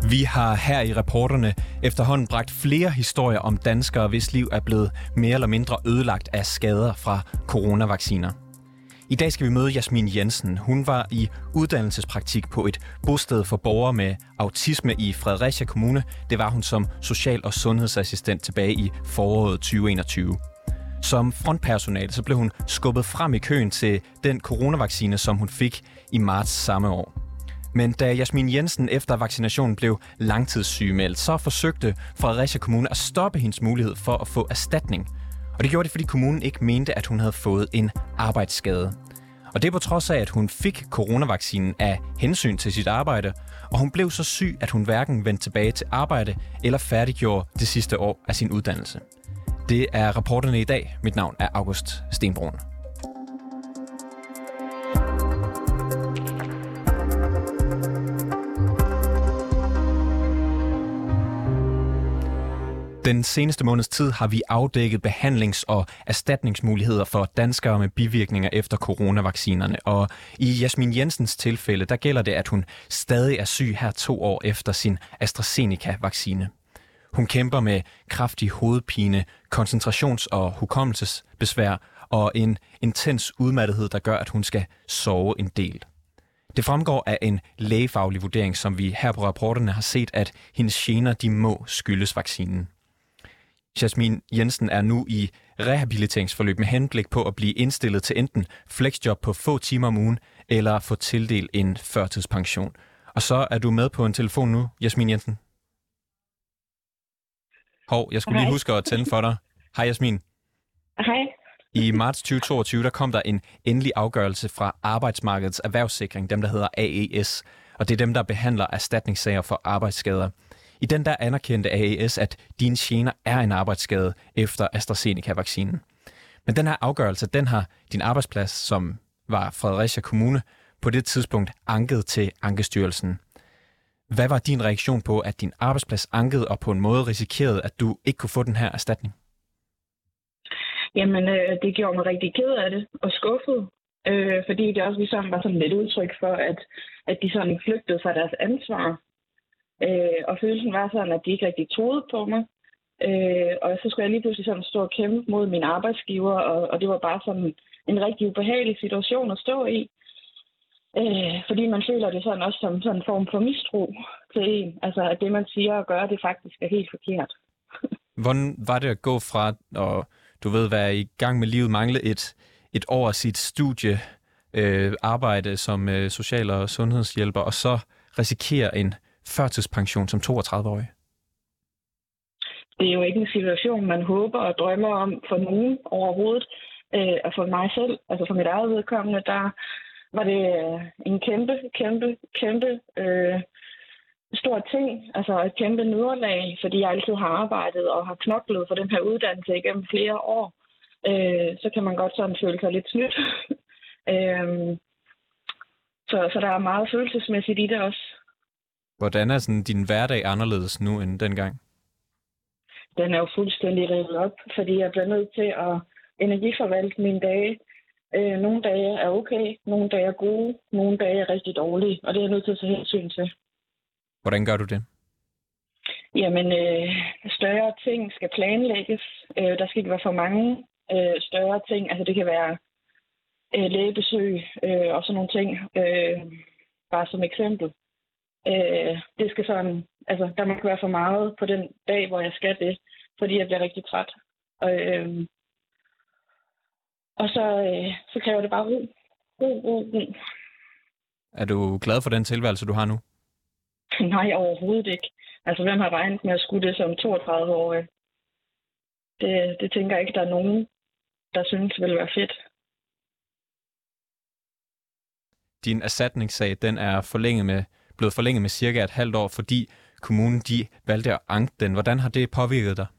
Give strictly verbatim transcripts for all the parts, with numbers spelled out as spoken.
Vi har her i reporterne efterhånden bragt flere historier om danskere, hvis liv er blevet mere eller mindre ødelagt af skader fra coronavacciner. I dag skal vi møde Jasmin Jensen. Hun var i uddannelsespraktik på et bosted for borgere med autisme i Fredericia Kommune. Det var hun som social- og sundhedsassistent tilbage i foråret tyve enogtyve. Som frontpersonale så blev hun skubbet frem i køen til den coronavaccine, som hun fik i marts samme år. Men da Jasmin Jensen efter vaccinationen blev langtidssygemeldt, så forsøgte Fredericia Kommune at stoppe hendes mulighed for at få erstatning. Og det gjorde det, fordi kommunen ikke mente, at hun havde fået en arbejdsskade. Og det på trods af, at hun fik coronavaccinen af hensyn til sit arbejde, og hun blev så syg, at hun hverken vendte tilbage til arbejde eller færdiggjorde det sidste år af sin uddannelse. Det er rapporterne i dag. Mit navn er August Stenbrun. Den seneste måneds tid har vi afdækket behandlings- og erstatningsmuligheder for danskere med bivirkninger efter coronavaccinerne. Og i Jasmin Jensens tilfælde, der gælder det, at hun stadig er syg her to år efter sin AstraZeneca-vaccine. Hun kæmper med kraftig hovedpine, koncentrations- og hukommelsesbesvær og en intens udmattethed, der gør, at hun skal sove en del. Det fremgår af en lægefaglig vurdering, som vi her på rapporterne har set, at hendes gener de må skyldes vaccinen. Jasmin Jensen er nu i rehabiliteringsforløb med henblik på at blive indstillet til enten flexjob på få timer om ugen, eller få tildelt en førtidspension. Og så er du med på en telefon nu, Jasmin Jensen. Hov, jeg skulle lige huske at tænde for dig. Hej Jasmin. Hej. I marts tyve toogtyve, der kom der en endelig afgørelse fra Arbejdsmarkedets Erhvervssikring, dem der hedder A E S, og det er dem, der behandler erstatningssager for arbejdsskader. I den der anerkendte A E S, at dine gener er en arbejdsskade efter AstraZeneca-vaccinen. Men den her afgørelse, den har din arbejdsplads, som var Fredericia Kommune, på det tidspunkt anket til Ankestyrelsen. Hvad var din reaktion på, at din arbejdsplads ankede og på en måde risikerede, at du ikke kunne få den her erstatning? Jamen, øh, det gjorde mig rigtig ked af det og skuffet, øh, fordi det også ligesom var sådan lidt udtryk for, at, at de sådan flygtede fra deres ansvar. Øh, og følelsen var sådan, at de ikke rigtig troede på mig. Øh, og så skulle jeg lige pludselig sådan stå og kæmpe mod min arbejdsgiver, og, og det var bare sådan en rigtig ubehagelig situation at stå i. Øh, fordi man føler det sådan også som sådan en form for mistro til en. Altså, at det, man siger og gør, det faktisk er helt forkert. Hvordan var det at gå fra, og du ved, være i gang med livet, mangle et, et år af sit studie, øh, arbejde som øh, social- og sundhedshjælper, og så risikere en førtidspension som toogtredive-årig? Det er jo ikke en situation, man håber og drømmer om for nogen overhovedet. Øh, og for mig selv, altså for mit eget vedkommende, der var det en kæmpe, kæmpe, kæmpe øh, stor ting. Altså et kæmpe nederlag, fordi jeg altid har arbejdet og har knoklet for den her uddannelse igennem flere år. Øh, så kan man godt sådan føle sig lidt snydt. øh, så, så der er meget følelsesmæssigt i det også. Hvordan er sådan din hverdag anderledes nu end dengang? Den er jo fuldstændig revet op, fordi jeg bliver nødt til at energiforvalte mine dage. Øh, nogle dage er okay, nogle dage er gode, nogle dage er rigtig dårlige, og det er jeg nødt til at tage hensyn til. Hvordan gør du det? Jamen, øh, større ting skal planlægges. Øh, der skal ikke være for mange øh, større ting. Altså, det kan være øh, lægebesøg øh, og sådan nogle ting. Øh, bare som eksempel. Øh, det skal sådan, altså, der må ikke være for meget på den dag, hvor jeg skal det, fordi jeg bliver rigtig træt. Og, øh, og så, øh, så kræver det bare ro. Ro, ro, ro. Er du glad for den tilværelse, du har nu? Nej, overhovedet ikke. Altså, hvem har regnet med at skulle det som toogtredive-årig? Det, det tænker jeg ikke, der er nogen, der synes vil være fedt. Din erstatningssag, den er forlænget med, blevet forlænget med cirka et halvt år, fordi kommunen de valgte at anke den. Hvordan har det påvirket dig?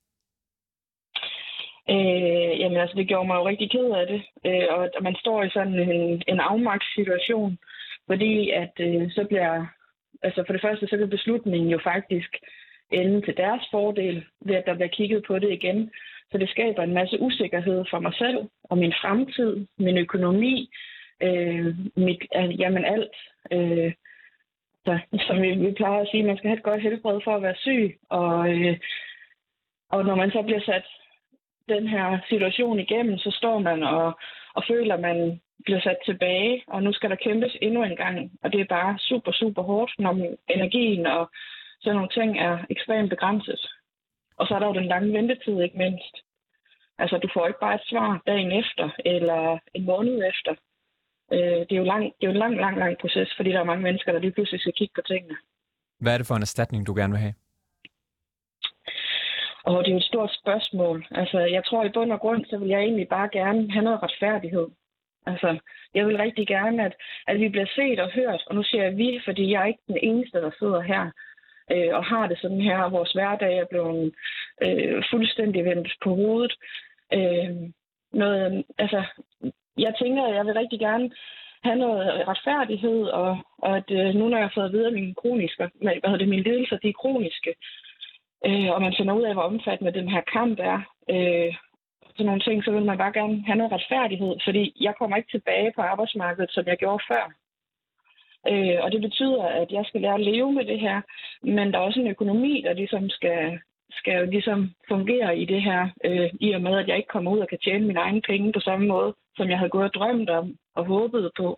Øh, jamen altså, det gjorde mig jo rigtig ked af det. Øh, og man står i sådan en, en afmagtssituation, fordi at øh, så bliver, altså for det første, så kan beslutningen jo faktisk ende til deres fordel, ved at der bliver kigget på det igen. Så det skaber en masse usikkerhed for mig selv, og min fremtid, min økonomi, øh, mit, øh, jamen alt. Øh, Så, som vi, vi plejer at sige, man skal have et godt helbred for at være syg. Og, øh, og når man så bliver sat den her situation igennem, så står man og, og føler, at man bliver sat tilbage, og nu skal der kæmpes endnu en gang. Og det er bare super, super hårdt, når energien og sådan nogle ting er ekstremt begrænset. Og så er der jo den lange ventetid, ikke mindst. Altså, du får ikke bare et svar dagen efter, eller en måned efter. Øh, det er jo, lang, det er jo en lang, lang, lang proces, fordi der er mange mennesker, der lige pludselig skal kigge på tingene. Hvad er det for en erstatning, du gerne vil have? Og det er jo et stort spørgsmål. Altså, jeg tror i bund og grund, så vil jeg egentlig bare gerne have noget retfærdighed. Altså, jeg vil rigtig gerne, at, at vi bliver set og hørt. Og nu siger jeg vi, fordi jeg er ikke den eneste, der sidder her øh, og har det sådan her. Vores hverdag er blevet øh, fuldstændig vendt på hovedet. Øh, noget, altså, jeg tænker, at jeg vil rigtig gerne have noget retfærdighed, og, og at øh, nu når jeg har fået at vide, at mine kroniske, hvad hedder det, mine lidelser, de er kroniske, øh, og man finder ud af, hvor omfattende den her kamp er, øh, sådan nogle ting, så vil man bare gerne have noget retfærdighed, fordi jeg kommer ikke tilbage på arbejdsmarkedet, som jeg gjorde før. Øh, og det betyder, at jeg skal lære at leve med det her, men der er også en økonomi, der ligesom skal, skal jo ligesom fungere i det her, øh, i og med, at jeg ikke kommer ud og kan tjene mine egne penge på samme måde, som jeg havde gået og drømt om og håbet på.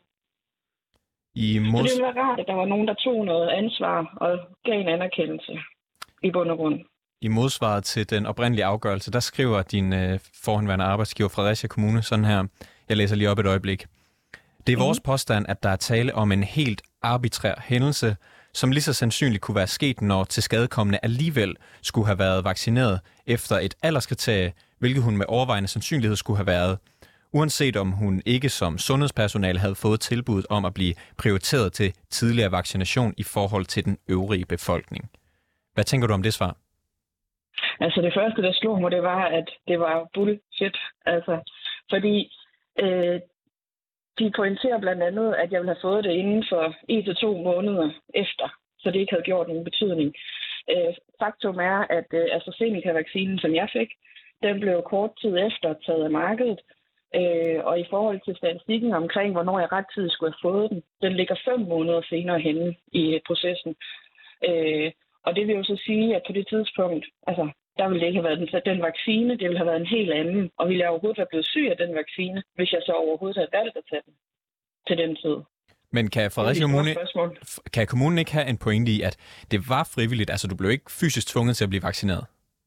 I mod... Så det ville være rart, at der var nogen, der tog noget ansvar og gav en anerkendelse i bund og grund. I modsvaret til den oprindelige afgørelse, der skriver din øh, forhenværende arbejdsgiver Fredericia Kommune sådan her. Jeg læser lige op et øjeblik. Det er vores påstand, at der er tale om en helt arbitrær hændelse, som lige så sandsynligt kunne være sket, når tilskadekommende alligevel skulle have været vaccineret efter et alderskriterie, hvilket hun med overvejende sandsynlighed skulle have været, uanset om hun ikke som sundhedspersonale havde fået tilbuddet om at blive prioriteret til tidligere vaccination i forhold til den øvrige befolkning. Hvad tænker du om det svar? Altså det første, der slog mig, det var, at det var bullshit. Altså, fordi øh, de pointerer blandt andet, at jeg ville have fået det inden for en til to måneder efter, så det ikke havde gjort nogen betydning. Øh, faktum er, at øh, AstraZeneca-vaccinen, som jeg fik, den blev kort tid efter taget af markedet. Øh, og i forhold til statistikken omkring, hvornår jeg rettidigt skulle have fået den, den ligger fem måneder senere henne i processen. Øh, og det vil jo så sige, at på det tidspunkt, altså, der ville det ikke have været den, den vaccine, det ville have været en helt anden. Og ville jeg overhovedet være blevet syg af den vaccine, hvis jeg så overhovedet havde valgt at tage den til den tid. Men kan Fredericia Kommune, kan kommunen ikke have en pointe i, at det var frivilligt? Altså, du blev ikke fysisk tvunget til at blive vaccineret?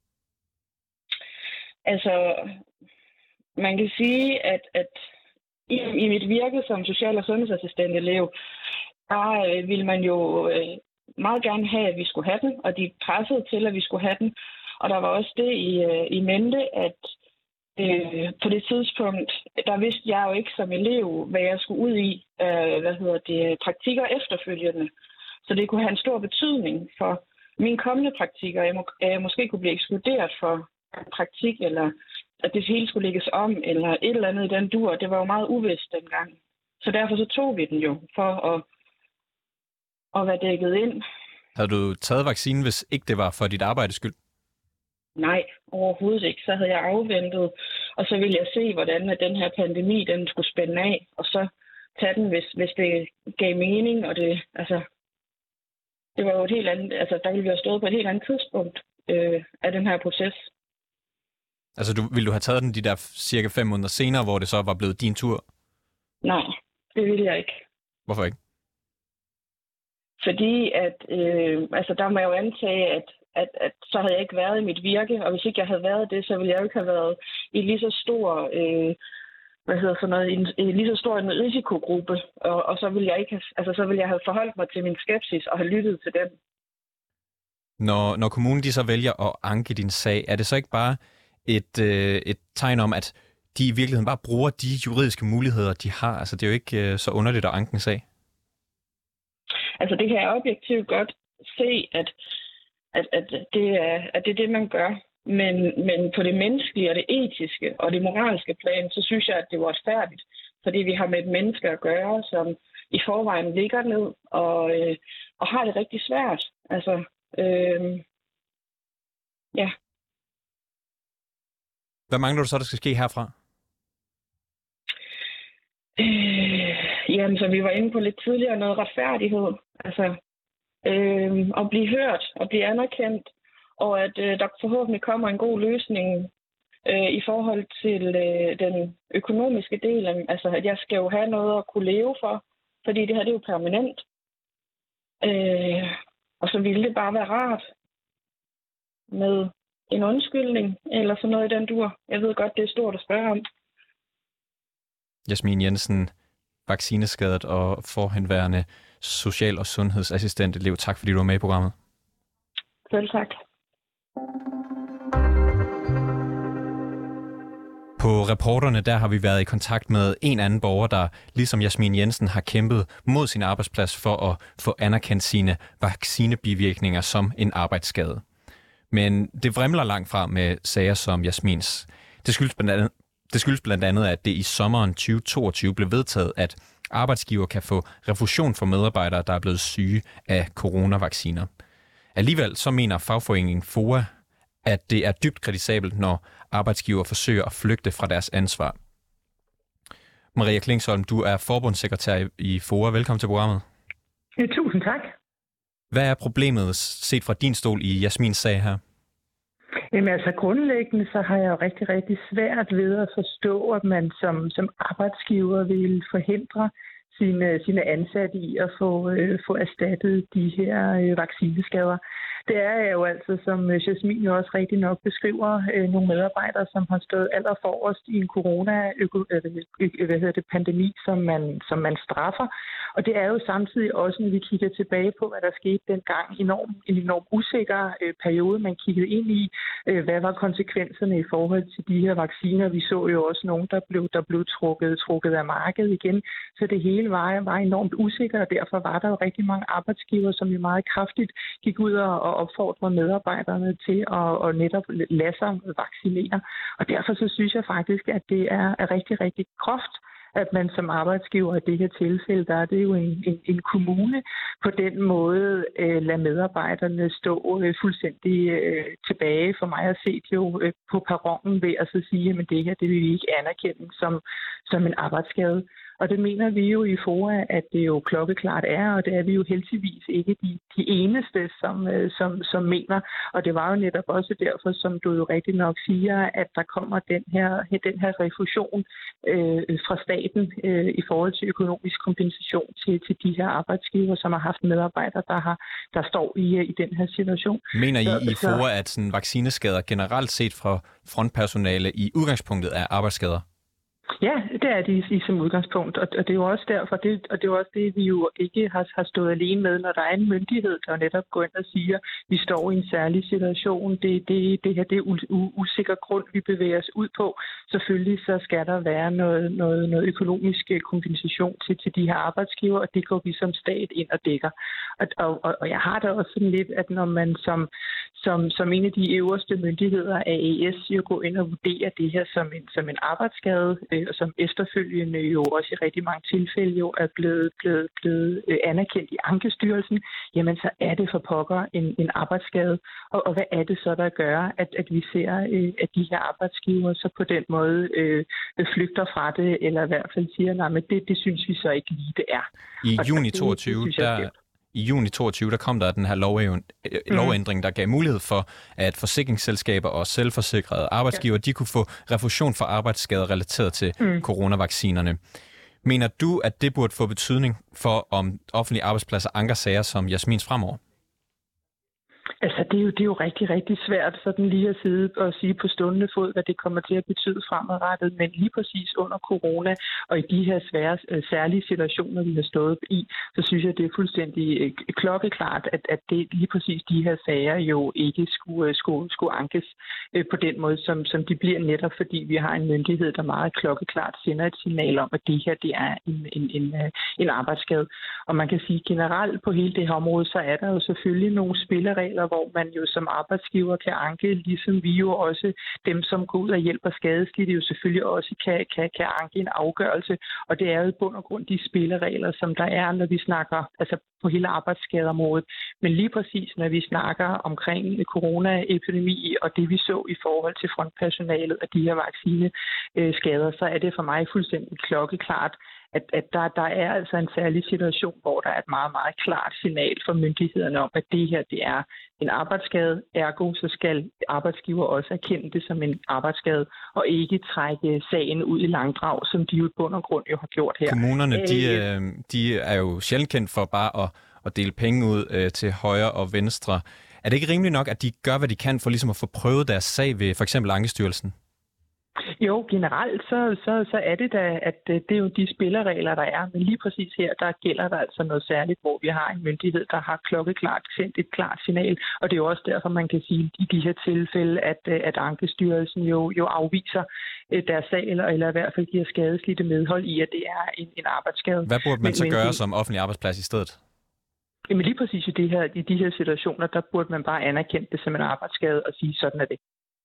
Altså, man kan sige, at, at i, i mit virke som social- og sundhedsassistent elev, der øh, ville man jo øh, meget gerne have, at vi skulle have den, og de pressede til, at vi skulle have den. Og der var også det i, øh, i mente, at øh, på det tidspunkt, der vidste jeg jo ikke som elev, hvad jeg skulle ud i, øh, hvad hedder det, praktikker efterfølgende. Så det kunne have en stor betydning for mine kommende praktikker, jeg, må, jeg måske kunne blive ekskluderet for praktik, eller at det hele skulle lægges om, eller et eller andet i den dur. Det var jo meget uvist dengang. Så derfor så tog vi den jo, for at, at være dækket ind. Havde du taget vaccinen, hvis ikke det var for dit arbejdes skyld? Nej, overhovedet ikke. Så havde jeg afventet, og så ville jeg se, hvordan den her pandemi, den skulle spænde af, og så tage den, hvis, hvis det gav mening, og det, altså, det var jo et helt andet, altså, der ville vi have stået på et helt andet tidspunkt øh, af den her proces. Altså, du, ville du have taget den de der cirka fem måneder senere, hvor det så var blevet din tur? Nej, det ville jeg ikke. Hvorfor ikke? Fordi at, øh, altså der må jeg jo antage, at, at, at så havde jeg ikke været i mit virke, og hvis ikke jeg havde været det, så ville jeg jo ikke have været i lige så stor, øh, hvad hedder sådan noget, en, en lige så stor en risikogruppe, og, og så ville jeg ikke have, altså så ville jeg have forholdt mig til min skepsis og have lyttet til den. Når, når kommunen de så vælger at anke din sag, er det så ikke bare et, øh, et tegn om, at de i virkeligheden bare bruger de juridiske muligheder, de har? Altså, det er jo ikke øh, så underligt at anke en sag. Altså, det kan jeg objektivt godt se, at, at, at, det, er, at det er det, man gør. Men, men på det menneskelige og det etiske og det moralske plan, så synes jeg, at det er uretfærdigt. Fordi vi har med et menneske at gøre, som i forvejen ligger ned og, øh, og har det rigtig svært. Altså, øh, ja. Hvad mangler du så, der skal ske herfra? Øh, jamen, så vi var inde på lidt tidligere, noget retfærdighed. Altså, øh, og blive hørt og blive anerkendt, og at øh, der forhåbentlig kommer en god løsning øh, i forhold til øh, den økonomiske del. Altså, at jeg skal jo have noget at kunne leve for, fordi det her det er jo permanent. Øh, og så ville det bare være rart med en undskyldning eller sådan noget i den dur. Jeg ved godt, det er stort at spørge om. Jasmin Jensen, vaccineskadet og forhenværende social- og sundhedsassistent elev. Tak fordi du var med i programmet. Selv tak. På Reporterne, der har vi været i kontakt med en anden borger, der ligesom Jasmin Jensen har kæmpet mod sin arbejdsplads for at få anerkendt sine vaccinebivirkninger som en arbejdsskade. Men det vrimler langt fra med sager som Jasmins. Det skyldes blandt andet, det skyldes blandt andet, at det i sommeren tyve toogtyve blev vedtaget, at arbejdsgiver kan få refusion for medarbejdere, der er blevet syge af coronavacciner. Alligevel så mener fagforeningen F O A, at det er dybt kritisabelt, når arbejdsgiver forsøger at flygte fra deres ansvar. Maria Klingsholm, du er forbundssekretær i F O A. Velkommen til programmet. Ja, tusind tak. Hvad er problemet set fra din stol i Jasmins sag her? Jamen altså grundlæggende så har jeg jo rigtig, rigtig svært ved at forstå, at man som, som arbejdsgiver vil forhindre sine, sine ansatte i at få, øh, få erstattet de her øh, vaccineskader. Det er jo altså, som Jasmin jo også rigtig nok beskriver, øh, nogle medarbejdere, som har stået allerforrest i en corona-pandemi, som man, som man straffer. Og det er jo samtidig også, når vi kigger tilbage på, hvad der skete dengang, enorm, en enorm usikker øh, periode, man kiggede ind i, øh, hvad var konsekvenserne i forhold til de her vacciner. Vi så jo også nogen, der blev, der blev trukket, trukket af markedet igen, så det hele var, var enormt usikkert, og derfor var der jo rigtig mange arbejdsgivere, som jo meget kraftigt gik ud og, og opfordrede medarbejderne til at, at netop lade sig vaccinere. Og derfor så synes jeg faktisk, at det er, er rigtig, rigtig groft, at man som arbejdsgiver i det her tilfælde, der er det jo en, en, en kommune, på den måde øh, lader medarbejderne stå øh, fuldstændig øh, tilbage. For mig at se jo øh, på perronen ved at så sige, at det her det vil vi ikke anerkende som, som en arbejdsskade. Og det mener vi jo i F O A, at det jo klokkeklart er, og det er vi jo heldigvis ikke de, de eneste, som, som, som mener. Og det var jo netop også derfor, som du jo rigtig nok siger, at der kommer den her, den her refusion øh, fra staten øh, i forhold til økonomisk kompensation til, til de her arbejdsgiver, som har haft medarbejdere, der, har, der står i, i den her situation. Mener I så, i F O A, at sådan vaccineskader generelt set fra frontpersonale i udgangspunktet er arbejdsskader? Ja, det er det i som udgangspunkt, og det er jo også derfor, det, og det er også det, vi jo ikke har, har stået alene med, når der er en myndighed, der netop går ind og siger, at vi står i en særlig situation, det, det, det her det er u, u, usikker grund, vi bevæger os ud på. Selvfølgelig så skal der være noget, noget, noget økonomisk kompensation til, til de her arbejdsgiver, og det går vi som stat ind og dækker. Og, og, og jeg har da også sådan lidt, at når man som, som, som en af de øverste myndigheder af A E S jo går ind og vurderer det her som en, som en arbejdsskade, og som efterfølgende jo også i rigtig mange tilfælde jo er blevet, blevet, blevet anerkendt i Ankestyrelsen, jamen så er det for pokker en, en arbejdsskade. Og, og hvad er det så, der gør, at, at vi ser, at de her arbejdsgivere så på den måde øh, flygter fra det, eller i hvert fald siger, nej, men det, det synes vi så ikke lige, det er. I og juni det, toogtyve, det, der... I juni toogtyve, der kom der den her lovændring, der gav mulighed for, at forsikringsselskaber og selvforsikrede arbejdsgiver, ja. de kunne få refusion for arbejdsskader relateret til mm. coronavaccinerne. Mener du, at det burde få betydning for, om offentlige arbejdspladser anker sager som Jasmins fremover? Altså, det er, jo, det er jo rigtig, rigtig svært sådan lige at sidde og sige på stående fod, hvad det kommer til at betyde fremadrettet. Men lige præcis under corona og i de her svære, særlige situationer, vi har stået i, så synes jeg, det er fuldstændig klokkeklart, at, at det lige præcis de her sager jo ikke skulle, skulle, skulle ankes på den måde, som, som de bliver netop, fordi vi har en myndighed, der meget klokkeklart sender et signal om, at det her det er en, en, en, en arbejdsskade. Og man kan sige generelt på hele det her område, så er der jo selvfølgelig nogle spilleregler, hvor man jo som arbejdsgiver kan anke, ligesom vi jo også, dem som går ud og hjælper skadeskidte, jo selvfølgelig også kan, kan, kan anke en afgørelse. Og det er jo i bund og grund de spilleregler, som der er, når vi snakker altså på hele arbejdsskadeområdet. Men lige præcis, når vi snakker omkring coronaepidemi og det, vi så i forhold til frontpersonalet og de her vaccineskader, så er det for mig fuldstændig klokkeklart, at, at der, der er altså en særlig situation, hvor der er et meget, meget klart signal fra myndighederne om, at det her det er en arbejdsskade. Ergo så skal arbejdsgiver også erkende det som en arbejdsskade, og ikke trække sagen ud i langdrag, som de jo i bund og grund jo har gjort her. Kommunerne, de, de er jo sjældent kendt for bare at, at dele penge ud øh, til højre og venstre. Er det ikke rimeligt nok, at de gør, hvad de kan for ligesom at få prøvet deres sag ved for eksempel Ankestyrelsen? Jo, generelt så, så, så er det da, at det er jo de spilleregler, der er. Men lige præcis her, der gælder der altså noget særligt, hvor vi har en myndighed, der har klokkeklart sendt et klart signal. Og det er jo også derfor, man kan sige i de her tilfælde, at, at Ankestyrelsen jo, jo afviser deres sag, eller, eller i hvert fald giver skadeslidte medhold i, at det er en, en arbejdsskade. Hvad burde man men, så men, gøre som offentlig arbejdsplads i stedet? Jamen lige præcis i, det her, i de her situationer, der burde man bare anerkende det som en arbejdsskade og sige, sådan er det.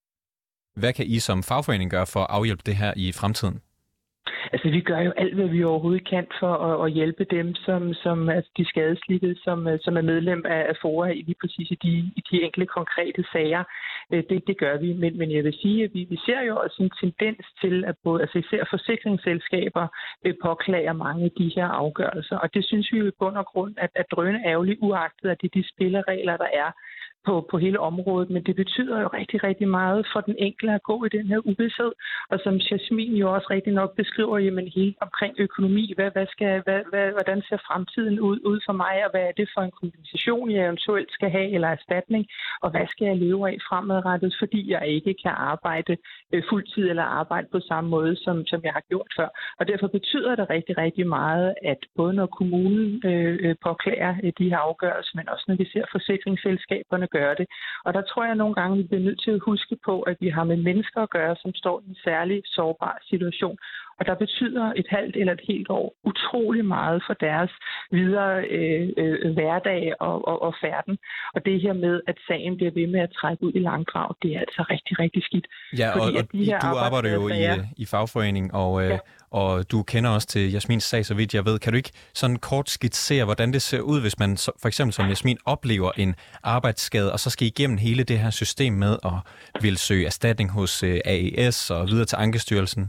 Hvad kan I som fagforening gøre for at afhjælpe det her i fremtiden? Altså, vi gør jo alt, hvad vi overhovedet kan for at, at hjælpe dem, som, som altså, de skadeslidte, som, som er medlem af, af FOA i lige præcis i de, i de enkelte konkrete sager. Det, det gør vi, men, men jeg vil sige, at vi, vi ser jo også en tendens til, at både altså især forsikringsselskaber påklager mange af de her afgørelser, og det synes vi jo i bund og grund, at, at drøne ærgerligt uagtet, at det er de spilleregler, der er På, på hele området, men det betyder jo rigtig, rigtig meget for den enkelte at gå i den her uvished. Og som Jasmin jo også rigtig nok beskriver, jamen hele omkring økonomi, hvad, hvad skal, hvad, hvad, hvordan ser fremtiden ud, ud for mig, og hvad er det for en kompensation, jeg eventuelt skal have, eller erstatning, og hvad skal jeg leve af fremadrettet, fordi jeg ikke kan arbejde øh, fuldtid eller arbejde på samme måde, som, som jeg har gjort før. Og derfor betyder det rigtig, rigtig meget, at både når kommunen øh, påklager øh, de her afgørelser, men også når vi ser forsikringsselskaberne gøre det. Og der tror jeg nogle gange, vi bliver nødt til at huske på, at vi har med mennesker at gøre, som står i en særlig sårbar situation. Og der betyder et halvt eller et helt år utrolig meget for deres videre øh, øh, hverdag og, og, og færden. Og det her med, at sagen bliver ved med at trække ud i langdrag, det er altså rigtig, rigtig skidt. Ja, og, og de her du arbejder jo i, i fagforening, og, øh, ja. og du kender også til Jasmins sag, så vidt jeg ved. Kan du ikke sådan kort skitsere, hvordan det ser ud, hvis man for eksempel som Jasmin oplever en arbejdsskade, og så skal igennem hele det her system med at vil søge erstatning hos øh, A E S og videre til Ankestyrelsen?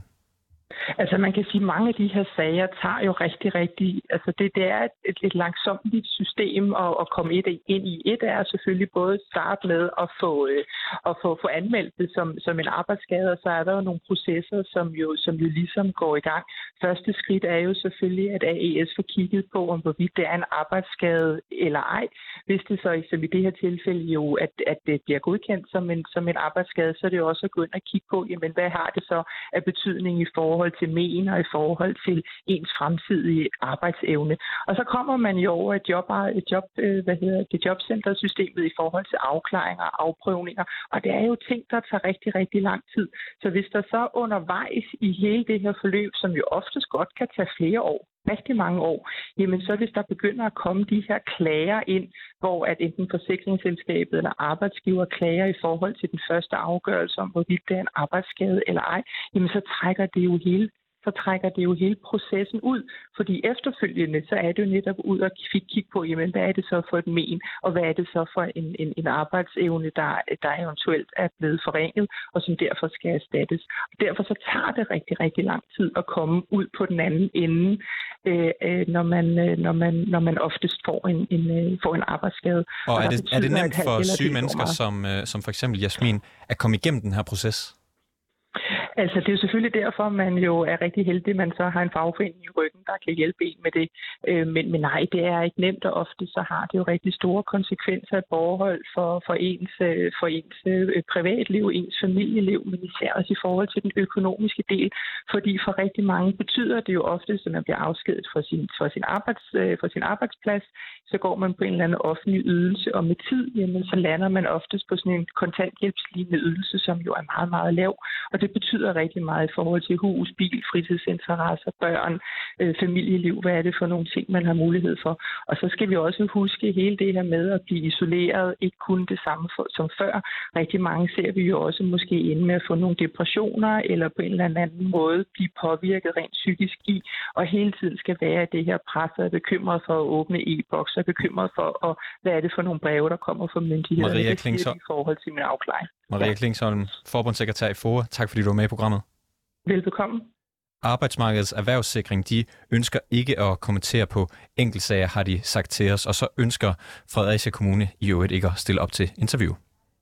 Altså man kan sige, at mange af de her sager tager jo rigtig, rigtig... Altså det, det er et, et, et langsommeligt system at, at komme et, ind i. Et er selvfølgelig både at starte med at få, øh, at få, få anmeldt det som, som en arbejdsskade, og så er der jo nogle processer, som jo, som jo ligesom går i gang. Første skridt er jo selvfølgelig, at A E S får kigget på, om hvorvidt det er en arbejdsskade eller ej. Hvis det så som i det her tilfælde jo, at, at det bliver godkendt som en, som en arbejdsskade, så er det jo også at gå ind og kigge på, jamen hvad har det så af betydning i forhold til men og i forhold til ens fremtidige arbejdsevne. Og så kommer man jo over et job, et job hvad hedder det, jobcentersystemet i forhold til afklaringer og afprøvninger, og det er jo ting, der tager rigtig, rigtig lang tid. Så hvis der så undervejs i hele det her forløb, som jo oftest godt kan tage flere år, rigtig mange år, jamen så hvis der begynder at komme de her klager ind, hvor at enten forsikringsselskabet eller arbejdsgiver klager i forhold til den første afgørelse om, hvorvidt det er en arbejdsskade eller ej, jamen så trækker det jo hele så trækker det jo hele processen ud, fordi efterfølgende, så er det jo netop ud og kigge på, jamen, hvad er det så for et men, og hvad er det så for en, en, en arbejdsevne, der, der eventuelt er blevet forringet, og som derfor skal erstattes. Og derfor så tager det rigtig, rigtig lang tid at komme ud på den anden ende, øh, når, man, når, man, når man oftest får en, en, får en arbejdsskade. Og, og er, det, betyder, er det nemt for syge mennesker, som, som for eksempel Jasmin, at komme igennem den her proces? Altså, det er jo selvfølgelig derfor, man jo er rigtig heldig, at man så har en fagforening i ryggen, der kan hjælpe en med det. Men, men nej, det er ikke nemt, og ofte så har det jo rigtig store konsekvenser af forhold for, for, ens, for ens privatliv, ens familieliv, men især også i forhold til den økonomiske del. Fordi for rigtig mange betyder det jo ofte, at man bliver afskedet fra sin, fra sin, arbejds, fra sin arbejdsplads, så går man på en eller anden offentlig ydelse, og med tid, jamen, så lander man oftest på sådan en kontanthjælpslignende ydelse, som jo er meget, meget lav. Og det betyder rigtig meget i forhold til hus, bil, fritidsinteresser, børn, øh, familieliv. Hvad er det for nogle ting, man har mulighed for? Og så skal vi også huske hele det her med at blive isoleret, ikke kun det samme for, som før. Rigtig mange ser vi jo også måske inde med at få nogle depressioner, eller på en eller anden måde blive påvirket rent psykisk i, og hele tiden skal være det her pres, og er bekymret for at åbne e-boks, og er bekymret for, og hvad er det for nogle breve, der kommer fra myndighederne. Maria Klingsholm. I forhold til min afklaring. Maria ja. Klingsholm, forbundssekretær i F O A. Tak fordi du var med i programmet. Velbekomme. Arbejdsmarkedets Erhvervssikring, de ønsker ikke at kommentere på enkeltsager, har de sagt til os, og så ønsker Fredericia Kommune i øvrigt ikke at stille op til interview.